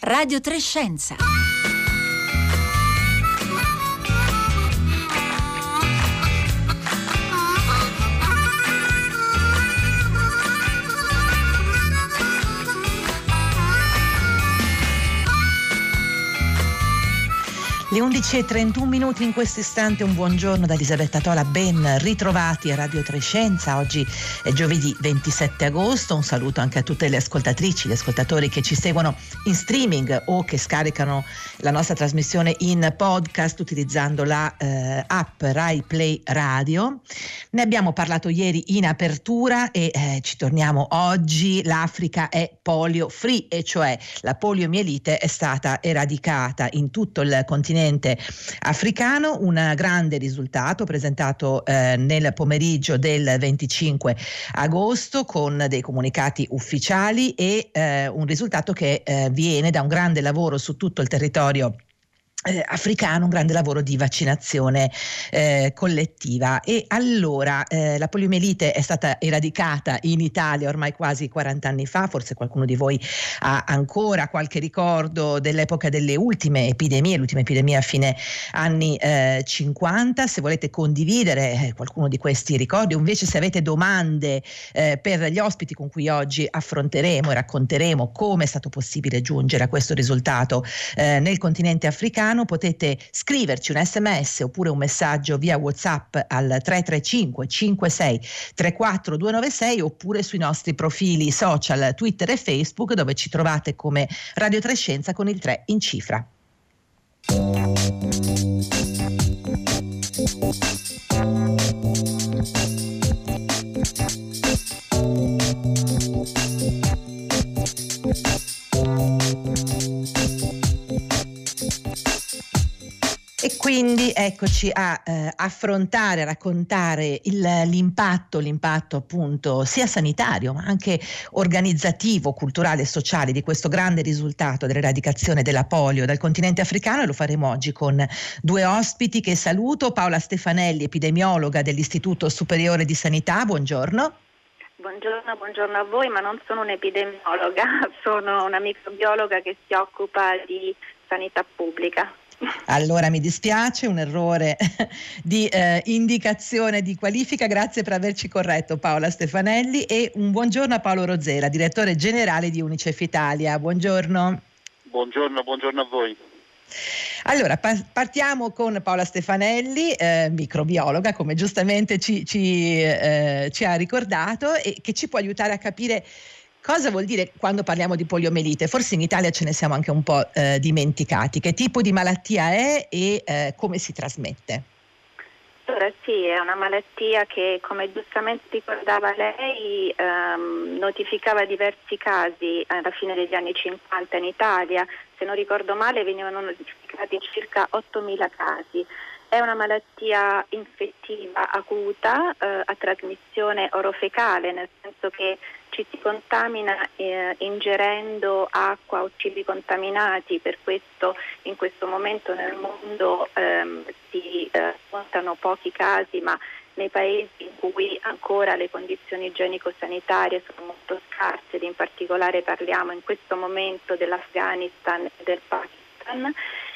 Radio 3 Scienza. Le 11:31 in questo istante, un buongiorno da Elisabetta Tola, ben ritrovati a Radio 3 Scienza. Oggi è giovedì 27 agosto, un saluto anche a tutte le ascoltatrici, gli ascoltatori che ci seguono in streaming o che scaricano la nostra trasmissione in podcast utilizzando la app Rai Play Radio. Ne abbiamo parlato ieri in apertura e ci torniamo oggi. L'Africa è polio free, e cioè la poliomielite è stata eradicata in tutto il continente africano, un grande risultato presentato nel pomeriggio del 25 agosto con dei comunicati ufficiali e un risultato che viene da un grande lavoro su tutto il territorio africano, un grande lavoro di vaccinazione collettiva. E allora la poliomielite è stata eradicata in Italia ormai quasi 40 anni fa. Forse qualcuno di voi ha ancora qualche ricordo dell'epoca delle ultime epidemie, l'ultima epidemia a fine anni 50. Se volete condividere qualcuno di questi ricordi, o invece se avete domande per gli ospiti con cui oggi affronteremo e racconteremo come è stato possibile giungere a questo risultato nel continente africano, potete scriverci un SMS oppure un messaggio via WhatsApp al 335 56 34 296 oppure sui nostri profili social Twitter e Facebook, dove ci trovate come Radio 3 Scienza con il 3 in cifra. E quindi eccoci a affrontare, a raccontare l'impatto appunto sia sanitario ma anche organizzativo, culturale e sociale di questo grande risultato dell'eradicazione della polio dal continente africano, e lo faremo oggi con due ospiti che saluto. Paola Stefanelli, epidemiologa dell'Istituto Superiore di Sanità, buongiorno. Buongiorno a voi, ma non sono un'epidemiologa, sono una microbiologa che si occupa di sanità pubblica. Allora mi dispiace, un errore di indicazione di qualifica. Grazie per averci corretto, Paola Stefanelli, e un buongiorno a Paolo Rozzera, direttore generale di Unicef Italia. Buongiorno. Buongiorno a voi. Allora partiamo con Paola Stefanelli, microbiologa, come giustamente ci ha ricordato, e che ci può aiutare a capire cosa vuol dire quando parliamo di poliomielite. Forse in Italia ce ne siamo anche un po' dimenticati. Che tipo di malattia è e come si trasmette? Allora sì, è una malattia che, come giustamente ricordava lei, notificava diversi casi alla fine degli anni 50 in Italia. Se non ricordo male venivano notificati circa 8.000 casi. È una malattia infettiva acuta a trasmissione orofecale, nel senso che ci si contamina ingerendo acqua o cibi contaminati. Per questo in questo momento nel mondo si contano pochi casi, ma nei paesi in cui ancora le condizioni igienico-sanitarie sono molto scarse, ed in particolare parliamo in questo momento dell'Afghanistan e del Pakistan.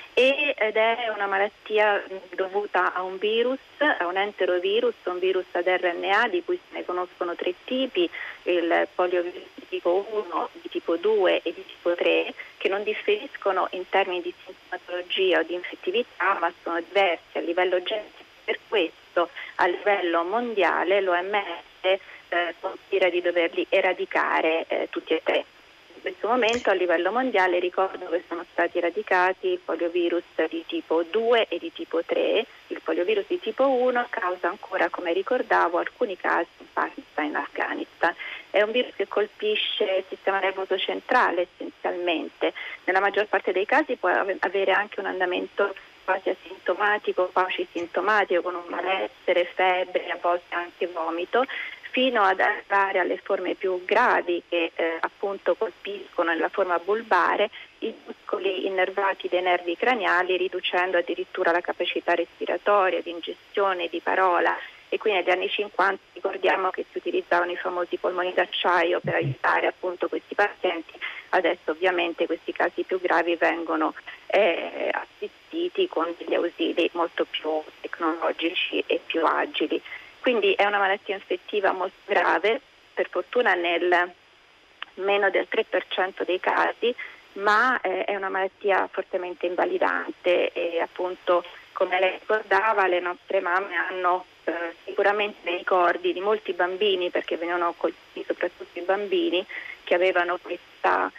Ed è una malattia dovuta a un virus, a un enterovirus, un virus ad RNA di cui se ne conoscono 3 tipi, il poliovirus di tipo 1, di tipo 2 e di tipo 3, che non differiscono in termini di sintomatologia o di infettività, ma sono diversi a livello genetico. Per questo a livello mondiale l'OMS considera di doverli eradicare tutti e 3. In questo momento a livello mondiale ricordo che sono stati eradicati il poliovirus di tipo 2 e di tipo 3. Il poliovirus di tipo 1 causa ancora, come ricordavo, alcuni casi in Pakistan e in Afghanistan. È un virus che colpisce il sistema nervoso centrale essenzialmente. Nella maggior parte dei casi può avere anche un andamento quasi asintomatico, quasi sintomatico, con un malessere, febbre, a volte anche vomito, fino ad arrivare alle forme più gravi che appunto colpiscono nella forma bulbare i muscoli innervati dei nervi craniali, riducendo addirittura la capacità respiratoria, di ingestione, di parola e qui negli anni 50 ricordiamo che si utilizzavano i famosi polmoni d'acciaio per aiutare appunto questi pazienti. Adesso ovviamente questi casi più gravi vengono assistiti con degli ausili molto più tecnologici e più agili. Quindi è una malattia infettiva molto grave, per fortuna nel meno del 3% dei casi, ma è una malattia fortemente invalidante e appunto, come lei ricordava, le nostre mamme hanno sicuramente dei ricordi di molti bambini, perché venivano colpiti soprattutto i bambini che avevano questa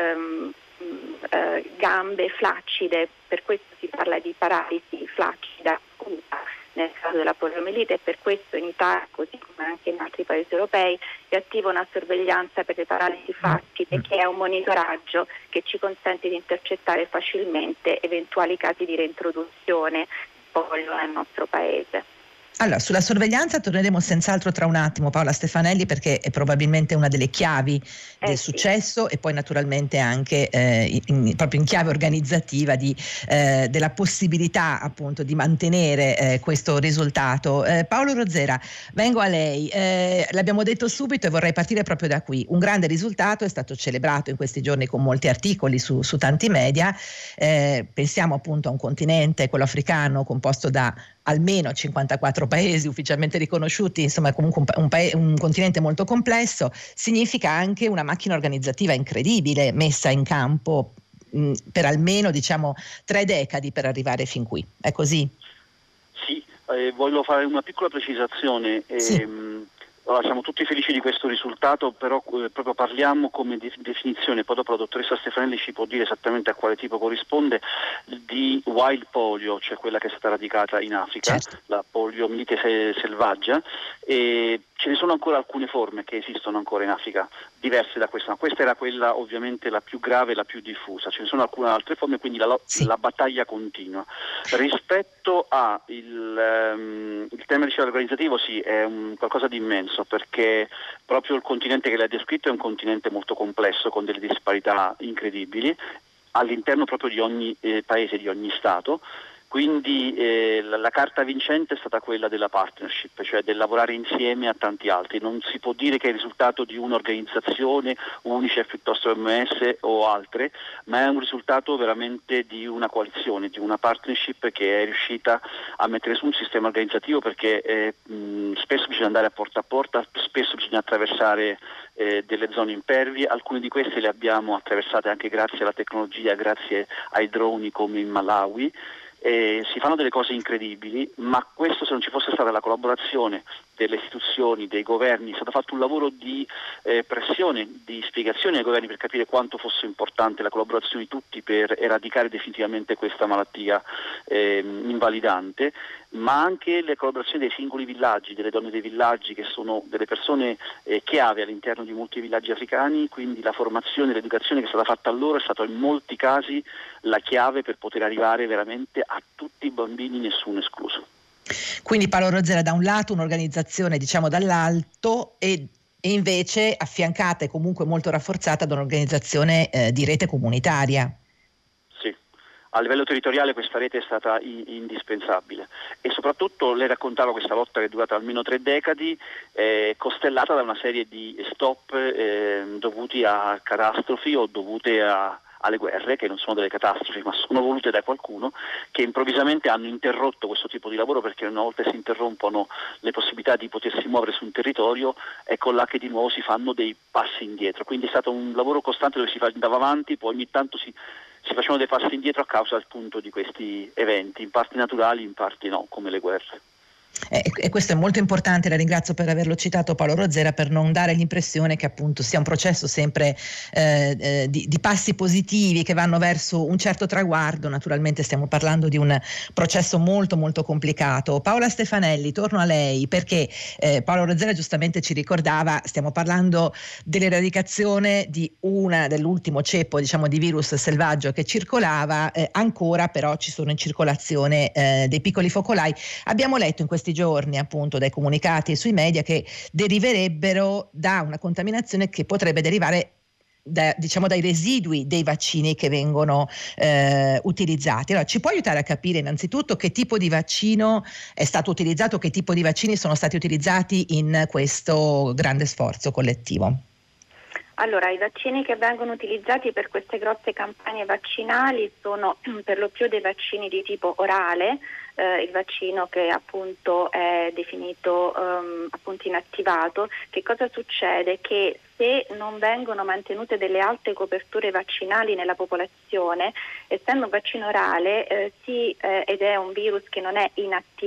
gambe flaccide, per questo si parla di paralisi flaccida acuta nel caso della poliomielite, e per questo in Italia, così come anche in altri paesi europei, è attiva una sorveglianza per le paralisi flaccide, che è un monitoraggio che ci consente di intercettare facilmente eventuali casi di reintroduzione polio nel nostro paese. Allora, sulla sorveglianza torneremo senz'altro tra un attimo, Paola Stefanelli, perché è probabilmente una delle chiavi del successo, e poi naturalmente anche proprio in chiave organizzativa della possibilità appunto di mantenere questo risultato. Paolo Rozzera, vengo a lei. L'abbiamo detto subito e vorrei partire proprio da qui. Un grande risultato è stato celebrato in questi giorni con molti articoli su tanti media. Pensiamo appunto a un continente, quello africano, composto da almeno 54 paesi ufficialmente riconosciuti, insomma comunque un continente molto complesso. Significa anche una macchina organizzativa incredibile messa in campo per almeno 3 decadi per arrivare fin qui. È così? Sì, voglio fare una piccola precisazione. Sì. Allora, siamo tutti felici di questo risultato, però proprio parliamo come definizione, poi dopo la dottoressa Stefanelli ci può dire esattamente a quale tipo corrisponde, di wild polio, cioè quella che è stata radicata in Africa, certo. La poliomielite selvaggia, e ce ne sono ancora alcune forme che esistono ancora in Africa, diverse da questa, ma questa era quella ovviamente la più grave e la più diffusa. Ce ne sono alcune altre forme, quindi la battaglia continua. Rispetto a il tema organizzativo, sì, è qualcosa di immenso, perché proprio il continente che lei ha descritto è un continente molto complesso, con delle disparità incredibili all'interno proprio di ogni paese, di ogni Stato. Quindi la carta vincente è stata quella della partnership, cioè del lavorare insieme a tanti altri. Non si può dire che è il risultato di un'organizzazione, UNICEF piuttosto OMS o altre, ma è un risultato veramente di una coalizione, di una partnership che è riuscita a mettere su un sistema organizzativo, perché spesso bisogna andare a porta, spesso bisogna attraversare delle zone impervie. Alcune di queste le abbiamo attraversate anche grazie alla tecnologia, grazie ai droni come in Malawi. Si fanno delle cose incredibili, ma questo, se non ci fosse stata la collaborazione delle istituzioni, dei governi, è stato fatto un lavoro di pressione, di spiegazione ai governi per capire quanto fosse importante la collaborazione di tutti per eradicare definitivamente questa malattia invalidante, ma anche le collaborazioni dei singoli villaggi, delle donne dei villaggi, che sono delle persone chiave all'interno di molti villaggi africani. Quindi la formazione e l'educazione che è stata fatta a loro è stata in molti casi la chiave per poter arrivare veramente a tutti i bambini, nessuno escluso. Quindi Paolo Rozzera, da un lato un'organizzazione dall'alto e invece affiancata e comunque molto rafforzata da un'organizzazione di rete comunitaria. Sì, a livello territoriale questa rete è stata indispensabile, e soprattutto lei raccontava questa lotta che è durata almeno 3 decadi, costellata da una serie di stop dovuti a catastrofi o dovute alle guerre, che non sono delle catastrofi ma sono volute da qualcuno, che improvvisamente hanno interrotto questo tipo di lavoro, perché una volta si interrompono le possibilità di potersi muovere su un territorio, ecco là che di nuovo si fanno dei passi indietro. Quindi è stato un lavoro costante dove si andava avanti, poi ogni tanto si facevano dei passi indietro a causa appunto di questi eventi, in parti naturali, in parti no, come le guerre. E questo è molto importante, la ringrazio per averlo citato, Paolo Rozzera, per non dare l'impressione che appunto sia un processo sempre di passi positivi che vanno verso un certo traguardo. Naturalmente stiamo parlando di un processo molto molto complicato. Paola Stefanelli, torno a lei, perché Paolo Rozzera giustamente ci ricordava, stiamo parlando dell'eradicazione dell'ultimo ceppo di virus selvaggio che circolava, ancora però ci sono in circolazione dei piccoli focolai. Abbiamo letto in questi giorni appunto dai comunicati e sui media che deriverebbero da una contaminazione che potrebbe derivare diciamo dai residui dei vaccini che vengono utilizzati. Allora, ci può aiutare a capire innanzitutto che tipo di vaccino è stato utilizzato, che tipo di vaccini sono stati utilizzati in questo grande sforzo collettivo? Allora, i vaccini che vengono utilizzati per queste grosse campagne vaccinali sono per lo più dei vaccini di tipo orale, il vaccino che appunto è definito appunto inattivato. Che cosa succede? Che se non vengono mantenute delle alte coperture vaccinali nella popolazione, essendo un vaccino orale ed è un virus che non è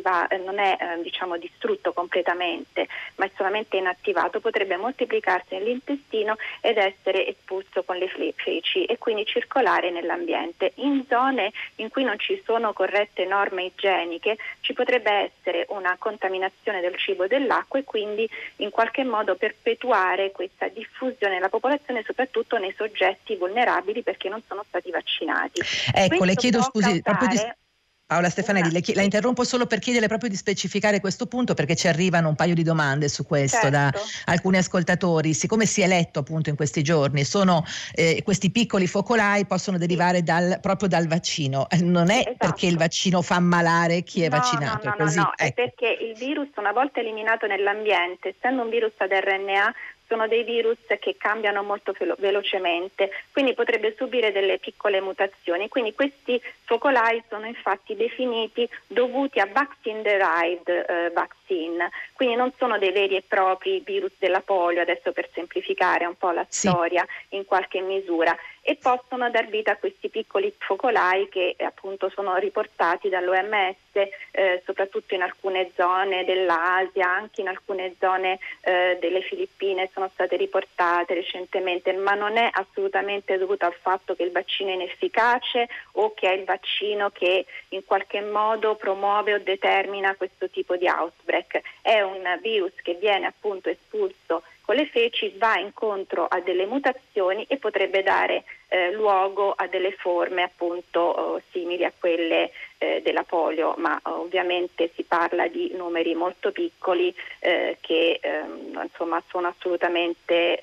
diciamo distrutto completamente, ma è solamente inattivato, potrebbe moltiplicarsi nell'intestino ed essere espulso con le feci e quindi circolare nell'ambiente. In zone in cui non ci sono corrette norme igieniche ci potrebbe essere una contaminazione del cibo e dell'acqua e quindi in qualche modo perpetuare questa diffusione nella popolazione, soprattutto nei soggetti vulnerabili perché non sono stati vaccinati. Ecco, Questo le chiedo scusi, proprio Paola Stefanelli, la interrompo solo per chiederle proprio di specificare questo punto, perché ci arrivano un paio di domande su questo da alcuni ascoltatori. Siccome si è letto appunto in questi giorni, questi piccoli focolai possono derivare proprio dal vaccino. Non è esatto. Perché il vaccino fa ammalare chi è vaccinato? No, ecco. È perché il virus, una volta eliminato nell'ambiente, essendo un virus ad RNA, sono dei virus che cambiano molto velocemente, quindi potrebbe subire delle piccole mutazioni. Quindi questi focolai sono infatti definiti dovuti a vaccine-derived vaccine, quindi non sono dei veri e propri virus della polio, adesso per semplificare un po' la storia in qualche misura, e possono dar vita a questi piccoli focolai che appunto sono riportati dall'OMS, soprattutto in alcune zone dell'Asia, anche in alcune zone delle Filippine sono state riportate recentemente, ma non è assolutamente dovuto al fatto che il vaccino è inefficace o che è il vaccino che in qualche modo promuove o determina questo tipo di outbreak. È un virus che viene appunto espulso con le feci, va incontro a delle mutazioni e potrebbe dare luogo a delle forme appunto simili a quelle della polio, ma ovviamente si parla di numeri molto piccoli che insomma sono assolutamente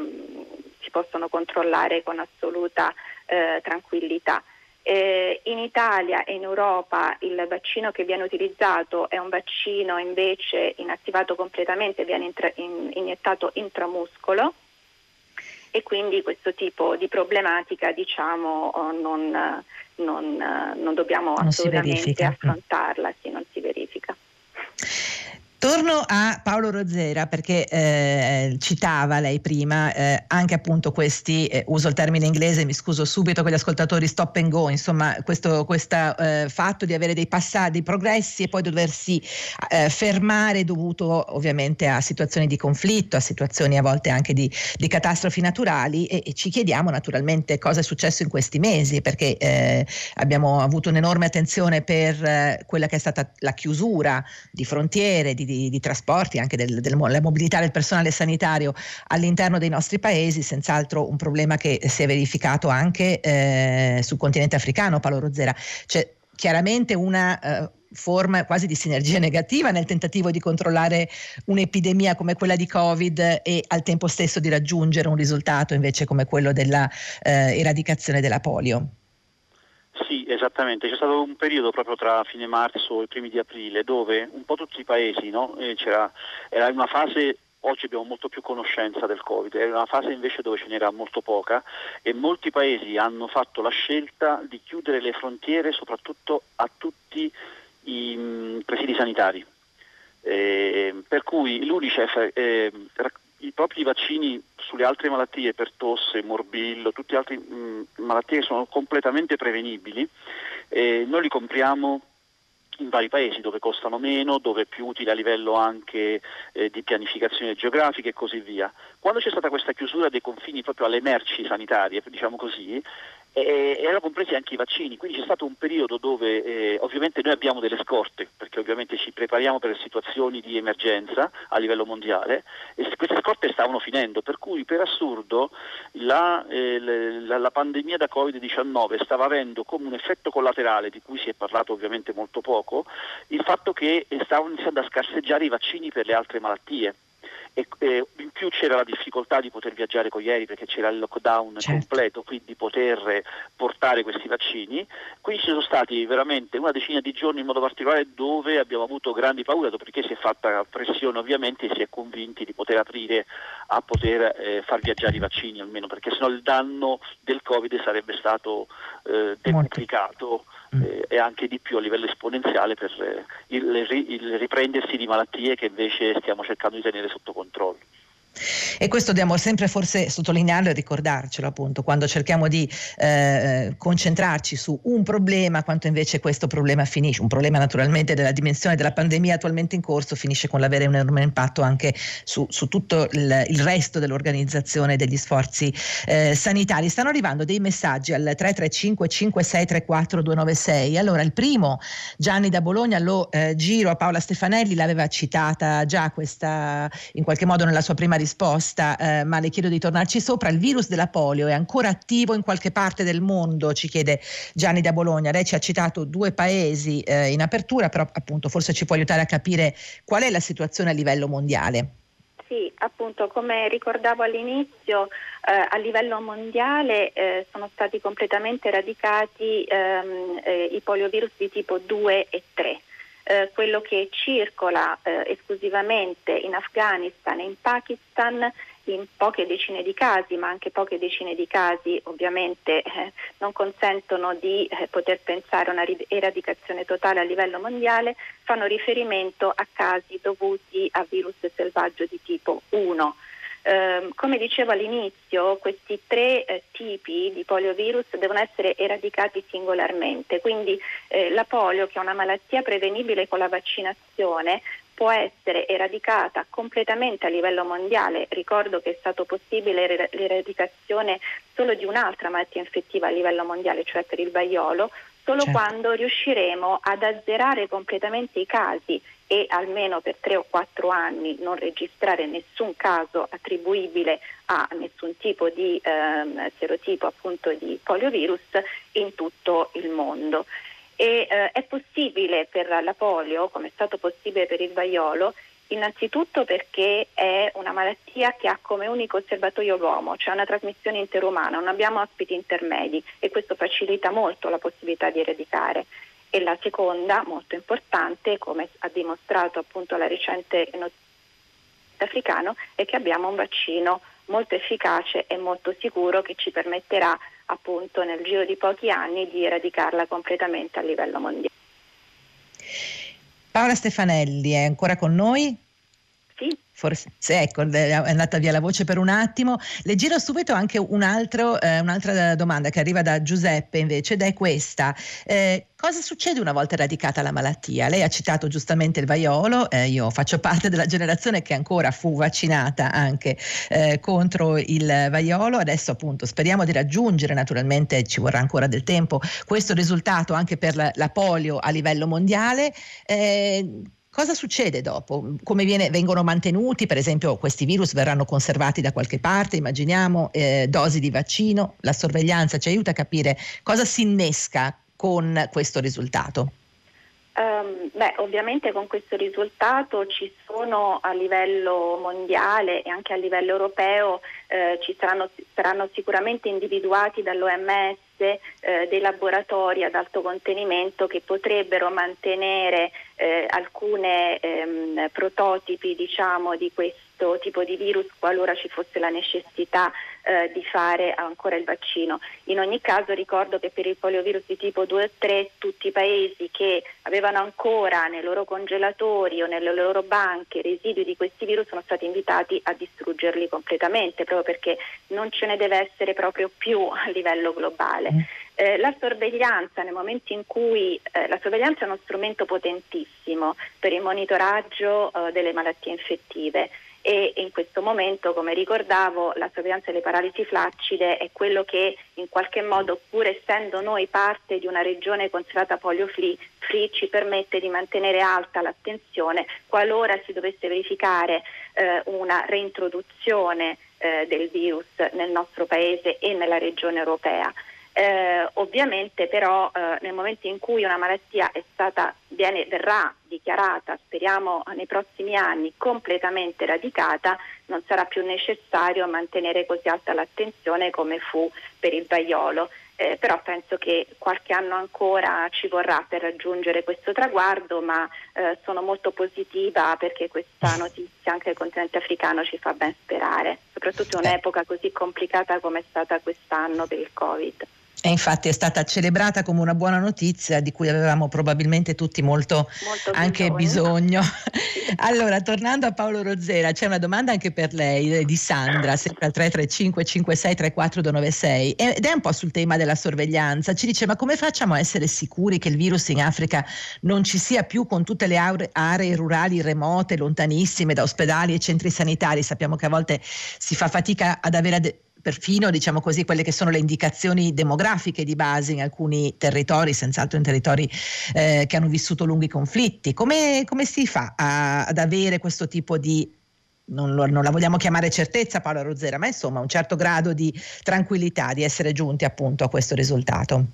si possono controllare con assoluta tranquillità. In Italia e in Europa il vaccino che viene utilizzato è un vaccino invece inattivato completamente, viene iniettato intramuscolo e quindi questo tipo di problematica non dobbiamo assolutamente affrontarla, non si verifica. Torno a Paolo Rozzera perché citava lei prima anche appunto questi, uso il termine inglese, mi scuso subito con gli ascoltatori, stop and go, insomma questo fatto di avere dei progressi e poi doversi fermare dovuto ovviamente a situazioni di conflitto, a situazioni a volte anche di catastrofi naturali e ci chiediamo naturalmente cosa è successo in questi mesi, perché abbiamo avuto un'enorme attenzione per quella che è stata la chiusura di frontiere, di trasporti, anche della mobilità del personale sanitario all'interno dei nostri paesi, senz'altro un problema che si è verificato anche sul continente africano. Paolo Rozzera, c'è chiaramente una forma quasi di sinergia negativa nel tentativo di controllare un'epidemia come quella di Covid e al tempo stesso di raggiungere un risultato invece come quello della eradicazione della polio. Sì, esattamente, c'è stato un periodo proprio tra fine marzo e i primi di aprile dove un po' tutti i paesi, no? Era una fase, oggi abbiamo molto più conoscenza del Covid, era una fase invece dove ce n'era molto poca e molti paesi hanno fatto la scelta di chiudere le frontiere soprattutto a tutti i presidi sanitari, per cui l'Unicef i propri vaccini sulle altre malattie, per tosse, morbillo, tutte altre malattie che sono completamente prevenibili, noi li compriamo in vari paesi dove costano meno, dove è più utile a livello anche di pianificazione geografica e così via. Quando c'è stata questa chiusura dei confini proprio alle merci sanitarie, diciamo così, erano compresi anche i vaccini, quindi c'è stato un periodo dove ovviamente noi abbiamo delle scorte, perché ovviamente ci prepariamo per situazioni di emergenza a livello mondiale e queste scorte stavano finendo, per cui per assurdo la pandemia da Covid-19 stava avendo come un effetto collaterale, di cui si è parlato ovviamente molto poco, il fatto che stavano iniziando a scarseggiare i vaccini per le altre malattie. in più c'era la difficoltà di poter viaggiare con gli aerei perché c'era il lockdown completo, quindi poter portare questi vaccini. Quindi ci sono stati veramente una decina di giorni in modo particolare dove abbiamo avuto grandi paure, dopodiché si è fatta pressione ovviamente e si è convinti di poter aprire a poter far viaggiare i vaccini almeno, perché sennò il danno del Covid sarebbe stato decuplicato e anche di più a livello esponenziale per il riprendersi di malattie che invece stiamo cercando di tenere sotto controllo. E questo dobbiamo sempre forse sottolinearlo e ricordarcelo, appunto, quando cerchiamo di concentrarci su un problema, quanto invece questo problema finisce, un problema naturalmente della dimensione della pandemia attualmente in corso, finisce con l'avere un enorme impatto anche su tutto il resto dell'organizzazione degli sforzi sanitari. Stanno arrivando dei messaggi al 335 5634 296. Allora, il primo, Gianni da Bologna, lo giro a Paola Stefanelli, l'aveva citata già questa in qualche modo nella sua prima risposta, ma le chiedo di tornarci sopra. Il virus della polio è ancora attivo in qualche parte del mondo, ci chiede Gianni da Bologna. Lei ci ha citato 2 paesi in apertura, però appunto forse ci può aiutare a capire qual è la situazione a livello mondiale. Sì, appunto, come ricordavo all'inizio, a livello mondiale sono stati completamente eradicati i poliovirus di tipo 2 e 3. Quello che circola esclusivamente in Afghanistan e in Pakistan in poche decine di casi, ma anche poche decine di casi ovviamente non consentono di poter pensare a una eradicazione totale a livello mondiale, fanno riferimento a casi dovuti a virus selvaggio di tipo 1. Come dicevo all'inizio, questi 3 tipi di poliovirus devono essere eradicati singolarmente, quindi la polio, che è una malattia prevenibile con la vaccinazione, può essere eradicata completamente a livello mondiale. Ricordo che è stato possibile l'eradicazione solo di un'altra malattia infettiva a livello mondiale, cioè per il vaiolo, solo quando riusciremo ad azzerare completamente i casi e almeno per 3 o 4 anni non registrare nessun caso attribuibile a nessun tipo di serotipo appunto di poliovirus in tutto il mondo. E è possibile per la polio, come è stato possibile per il vaiolo, innanzitutto perché è una malattia che ha come unico osservatorio l'uomo, cioè una trasmissione interumana, non abbiamo ospiti intermedi e questo facilita molto la possibilità di eradicare. E la seconda, molto importante, come ha dimostrato appunto la recente notizia africano, è che abbiamo un vaccino molto efficace e molto sicuro che ci permetterà appunto nel giro di pochi anni di eradicarla completamente a livello mondiale. Paola Stefanelli è ancora con noi? Sì. Forse, ecco, è andata via la voce per un attimo. Le giro subito anche un'altra domanda che arriva da Giuseppe invece, ed è questa. Cosa succede una volta eradicata la malattia? Lei ha citato giustamente il vaiolo, io faccio parte della generazione che ancora fu vaccinata anche contro il vaiolo. Adesso appunto speriamo di raggiungere, naturalmente ci vorrà ancora del tempo, questo risultato anche per la polio a livello mondiale. Cosa succede dopo? Come vengono mantenuti? Per esempio, questi virus verranno conservati da qualche parte, immaginiamo, dosi di vaccino, la sorveglianza ci aiuta a capire cosa si innesca con questo risultato. Ovviamente con questo risultato ci sono a livello mondiale e anche a livello europeo saranno sicuramente individuati dall'OMS dei laboratori ad alto contenimento che potrebbero mantenere alcune prototipi, diciamo, di questo tipo di virus qualora ci fosse la necessità di fare ancora il vaccino. In ogni caso ricordo che per il poliovirus di tipo 2 o 3 tutti i paesi che avevano ancora nei loro congelatori o nelle loro banche residui di questi virus sono stati invitati a distruggerli completamente, proprio perché non ce ne deve essere proprio più a livello globale. La sorveglianza, nel momento in cui la sorveglianza è uno strumento potentissimo per il monitoraggio delle malattie infettive, e in questo momento, come ricordavo, la sorveglianza delle paralisi flaccide è quello che in qualche modo, pur essendo noi parte di una regione considerata polio free, ci permette di mantenere alta l'attenzione qualora si dovesse verificare una reintroduzione del virus nel nostro paese e nella regione europea. Ovviamente però nel momento in cui una malattia verrà dichiarata, speriamo nei prossimi anni, completamente eradicata, non sarà più necessario mantenere così alta l'attenzione come fu per il vaiolo. Però penso che qualche anno ancora ci vorrà per raggiungere questo traguardo, ma sono molto positiva perché questa notizia anche del continente africano ci fa ben sperare, soprattutto in un'epoca così complicata come è stata quest'anno per il Covid. E infatti è stata celebrata come una buona notizia di cui avevamo probabilmente tutti molto anche bisogno. Allora, tornando a Paolo Rozzera, c'è una domanda anche per lei di Sandra, sempre al 335 56 34 296, ed è un po' sul tema della sorveglianza. Ci dice: ma come facciamo a essere sicuri che il virus in Africa non ci sia più, con tutte le aree rurali remote, lontanissime da ospedali e centri sanitari? Sappiamo che a volte si fa fatica ad avere perfino, diciamo così, quelle che sono le indicazioni demografiche di base in alcuni territori, senz'altro in territori che hanno vissuto lunghi conflitti. Come si fa ad avere questo tipo di, non la vogliamo chiamare certezza, Paola Rozzera, ma insomma un certo grado di tranquillità di essere giunti appunto a questo risultato?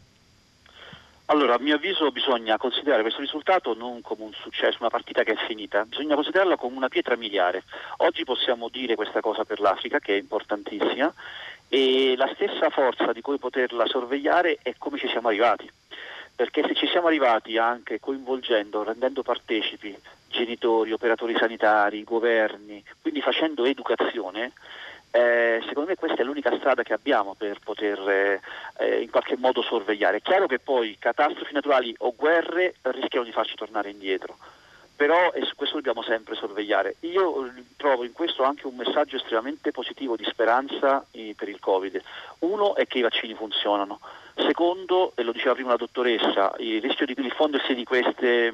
Allora, a mio avviso bisogna considerare questo risultato non come un successo, una partita che è finita, bisogna considerarla come una pietra miliare. Oggi possiamo dire questa cosa per l'Africa, che è importantissima, e la stessa forza di cui poterla sorvegliare è come ci siamo arrivati. Perché se ci siamo arrivati anche coinvolgendo, rendendo partecipi genitori, operatori sanitari, governi, quindi facendo educazione, secondo me questa è l'unica strada che abbiamo per poter in qualche modo sorvegliare. È chiaro che poi catastrofi naturali o guerre rischiano di farci tornare indietro, però su questo dobbiamo sempre sorvegliare. Io trovo in questo anche un messaggio estremamente positivo di speranza per il Covid. Uno è che i vaccini funzionano. Secondo, e lo diceva prima la dottoressa, il rischio di diffondersi di queste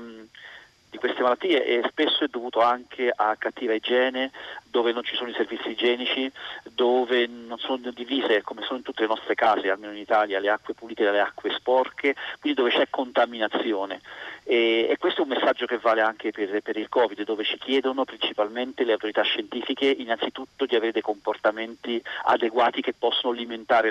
malattie spesso è dovuto anche a cattiva igiene, dove non ci sono i servizi igienici, dove non sono divise, come sono in tutte le nostre case, almeno in Italia, le acque pulite dalle acque sporche, quindi dove c'è contaminazione. E questo è un messaggio che vale anche per il Covid, dove ci chiedono principalmente le autorità scientifiche innanzitutto di avere dei comportamenti adeguati che possono limitare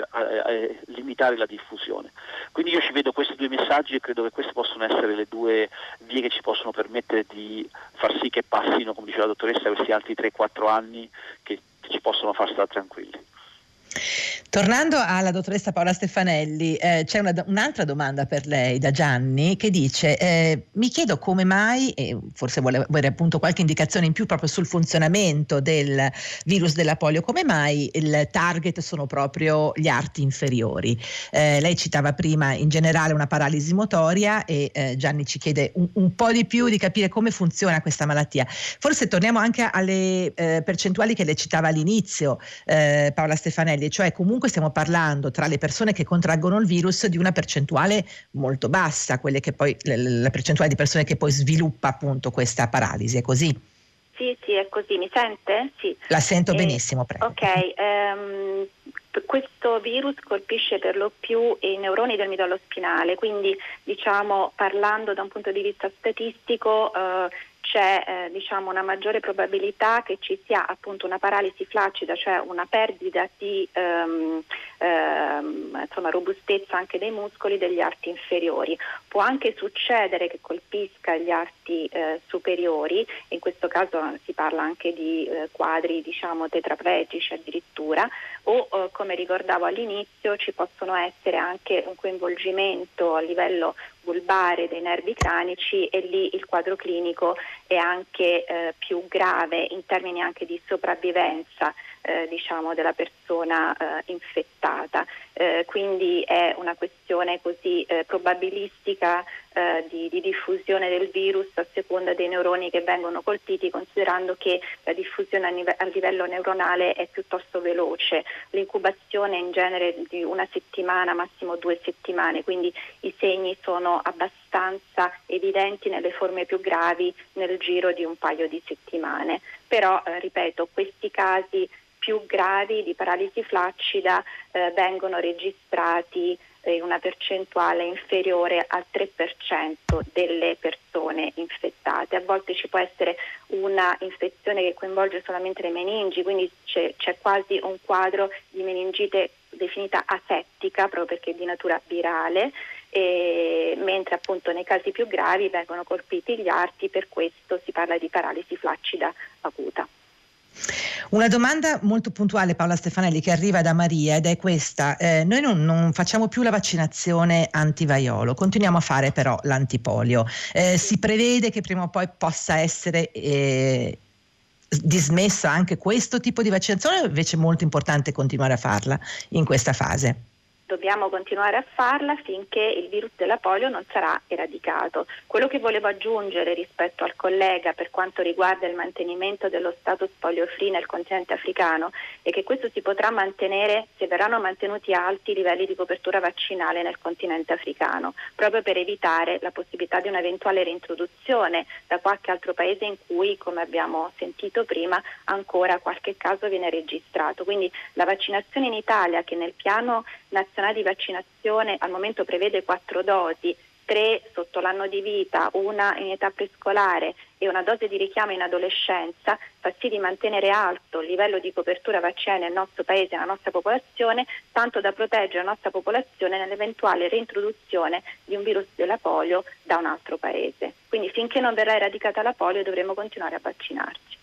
la diffusione. Quindi io ci vedo questi due messaggi e credo che queste possono essere le due vie che ci possono permettere di far sì che passino, come diceva la dottoressa, questi altri 3-4 anni che ci possono far stare tranquilli. Tornando alla dottoressa Paola Stefanelli, c'è un'altra domanda per lei da Gianni che dice: mi chiedo come mai, e forse vuole appunto qualche indicazione in più proprio sul funzionamento del virus della polio, come mai il target sono proprio gli arti inferiori? Lei citava prima in generale una paralisi motoria e Gianni ci chiede un po' di più di capire come funziona questa malattia. Forse torniamo anche alle percentuali che le citava all'inizio Paola Stefanelli, cioè comunque stiamo parlando tra le persone che contraggono il virus di una percentuale molto bassa, quelle che poi la percentuale di persone che poi sviluppa appunto questa paralisi, è così? Sì, è così, mi sente? Sì. La sento benissimo, prego. Ok, questo virus colpisce per lo più i neuroni del midollo spinale, quindi diciamo parlando da un punto di vista statistico c'è una maggiore probabilità che ci sia appunto una paralisi flaccida, cioè una perdita di robustezza anche dei muscoli degli arti inferiori. Può anche succedere che colpisca gli arti superiori, in questo caso si parla anche di quadri tetraplegici addirittura, o come ricordavo all'inizio ci possono essere anche un coinvolgimento a livello bulbare dei nervi cranici e lì il quadro clinico è anche più grave in termini anche di sopravvivenza della persona infettata. Quindi è una questione così probabilistica di diffusione del virus a seconda dei neuroni che vengono colpiti, considerando che la diffusione a livello neuronale è piuttosto veloce. L'incubazione è in genere di 1 settimana, massimo 2 settimane, quindi i segni sono abbastanza evidenti nelle forme più gravi nel giro di un paio di settimane. Però, ripeto, questi casi più gravi di paralisi flaccida vengono registrati in una percentuale inferiore al 3% delle persone infettate. A volte ci può essere una infezione che coinvolge solamente le meningi, quindi c'è quasi un quadro di meningite definita asettica proprio perché è di natura virale, mentre appunto nei casi più gravi vengono colpiti gli arti, per questo si parla di paralisi flaccida acuta. Una domanda molto puntuale, Paola Stefanelli, che arriva da Maria, ed è questa: noi non facciamo più la vaccinazione antivaiolo, continuiamo a fare però l'antipolio. Si prevede che prima o poi possa essere dismessa anche questo tipo di vaccinazione, o invece è molto importante continuare a farla in questa fase? Dobbiamo continuare a farla finché il virus della polio non sarà eradicato. Quello che volevo aggiungere rispetto al collega per quanto riguarda il mantenimento dello status polio free nel continente africano è che questo si potrà mantenere se verranno mantenuti alti i livelli di copertura vaccinale nel continente africano, proprio per evitare la possibilità di un'eventuale reintroduzione da qualche altro paese in cui, come abbiamo sentito prima, ancora qualche caso viene registrato. Quindi la vaccinazione in Italia, che nel piano nazionale di vaccinazione al momento prevede 4 dosi, 3 sotto l'anno di vita, una in età prescolare e una dose di richiamo in adolescenza, fa sì di mantenere alto il livello di copertura vaccinale nel nostro paese e nella nostra popolazione, tanto da proteggere la nostra popolazione nell'eventuale reintroduzione di un virus della polio da un altro paese. Quindi finché non verrà eradicata la polio dovremo continuare a vaccinarci.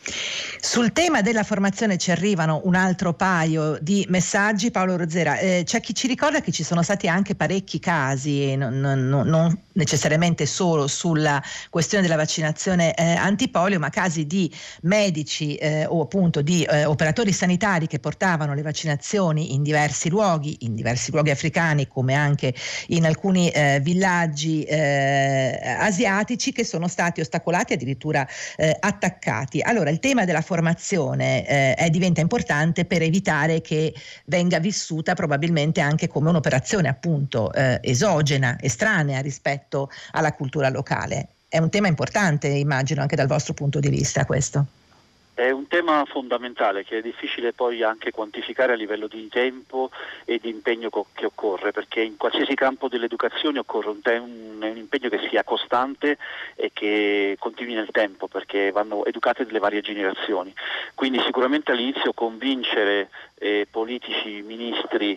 Sul tema della formazione ci arrivano un altro paio di messaggi. Paolo Rozzera, c'è chi ci ricorda che ci sono stati anche parecchi casi, non necessariamente solo sulla questione della vaccinazione antipolio, ma casi di medici o appunto di operatori sanitari che portavano le vaccinazioni in diversi luoghi africani, come anche in alcuni villaggi asiatici, che sono stati ostacolati, addirittura attaccati. Allora, il tema della formazione diventa importante per evitare che venga vissuta probabilmente anche come un'operazione appunto esogena, estranea rispetto alla cultura locale. È un tema importante, immagino, anche dal vostro punto di vista questo. È un tema fondamentale che è difficile poi anche quantificare a livello di tempo e di impegno che occorre, perché in qualsiasi campo dell'educazione occorre un impegno che sia costante e che continui nel tempo, perché vanno educate delle varie generazioni. Quindi sicuramente all'inizio convincere politici, ministri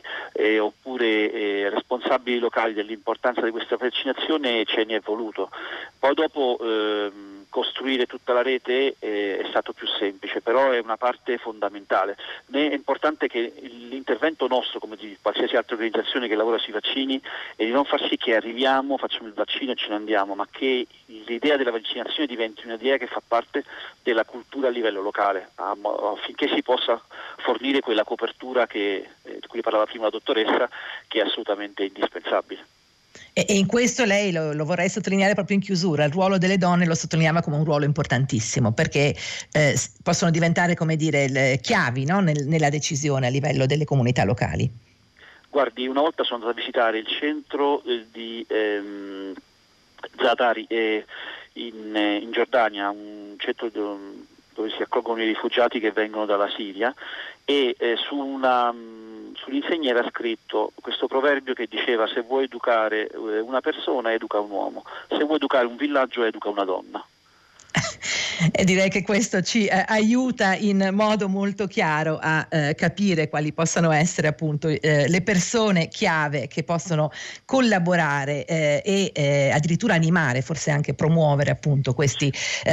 oppure responsabili locali dell'importanza di questa vaccinazione ce ne è voluto. Poi dopo costruire tutta la rete è stato più semplice, però è una parte fondamentale. È importante che l'intervento nostro, come di qualsiasi altra organizzazione che lavora sui vaccini, è di non far sì che arriviamo, facciamo il vaccino e ce ne andiamo, ma che l'idea della vaccinazione diventi un'idea che fa parte della cultura a livello locale, affinché si possa fornire quella copertura di cui parlava prima la dottoressa, che è assolutamente indispensabile. E in questo lei, lo vorrei sottolineare proprio in chiusura, il ruolo delle donne lo sottolineava come un ruolo importantissimo, perché possono diventare, come dire, chiavi, no? nella decisione a livello delle comunità locali. Guardi, una volta sono andato a visitare il centro di Zaatari in Giordania, un centro dove si accolgono i rifugiati che vengono dalla Siria, e sull'insegna era scritto questo proverbio che diceva: se vuoi educare una persona, educa un uomo; se vuoi educare un villaggio, educa una donna. E direi che questo ci aiuta in modo molto chiaro a capire quali possano essere appunto le persone chiave che possono collaborare e addirittura animare, forse anche promuovere appunto queste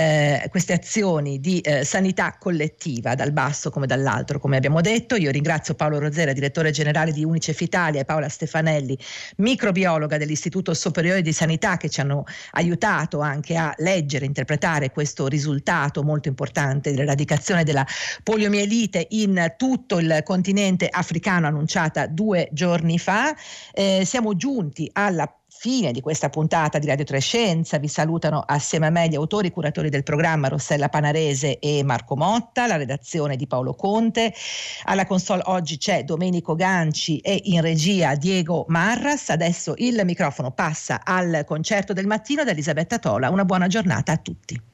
azioni di sanità collettiva dal basso come dall'alto, come abbiamo detto. Io ringrazio Paolo Rozzera, direttore generale di Unicef Italia, e Paola Stefanelli, microbiologa dell'Istituto Superiore di Sanità, che ci hanno aiutato anche a leggere, interpretare questo risultato molto importante dell'eradicazione della poliomielite in tutto il continente africano, annunciata 2 giorni fa. Siamo giunti alla fine di questa puntata di Radio Trescenza. Vi salutano assieme a me gli autori e curatori del programma Rossella Panarese e Marco Motta, la redazione di Paolo Conte. Alla console oggi c'è Domenico Ganci e in regia Diego Marras. Adesso il microfono passa al concerto del mattino da Elisabetta Tola. Una buona giornata a tutti.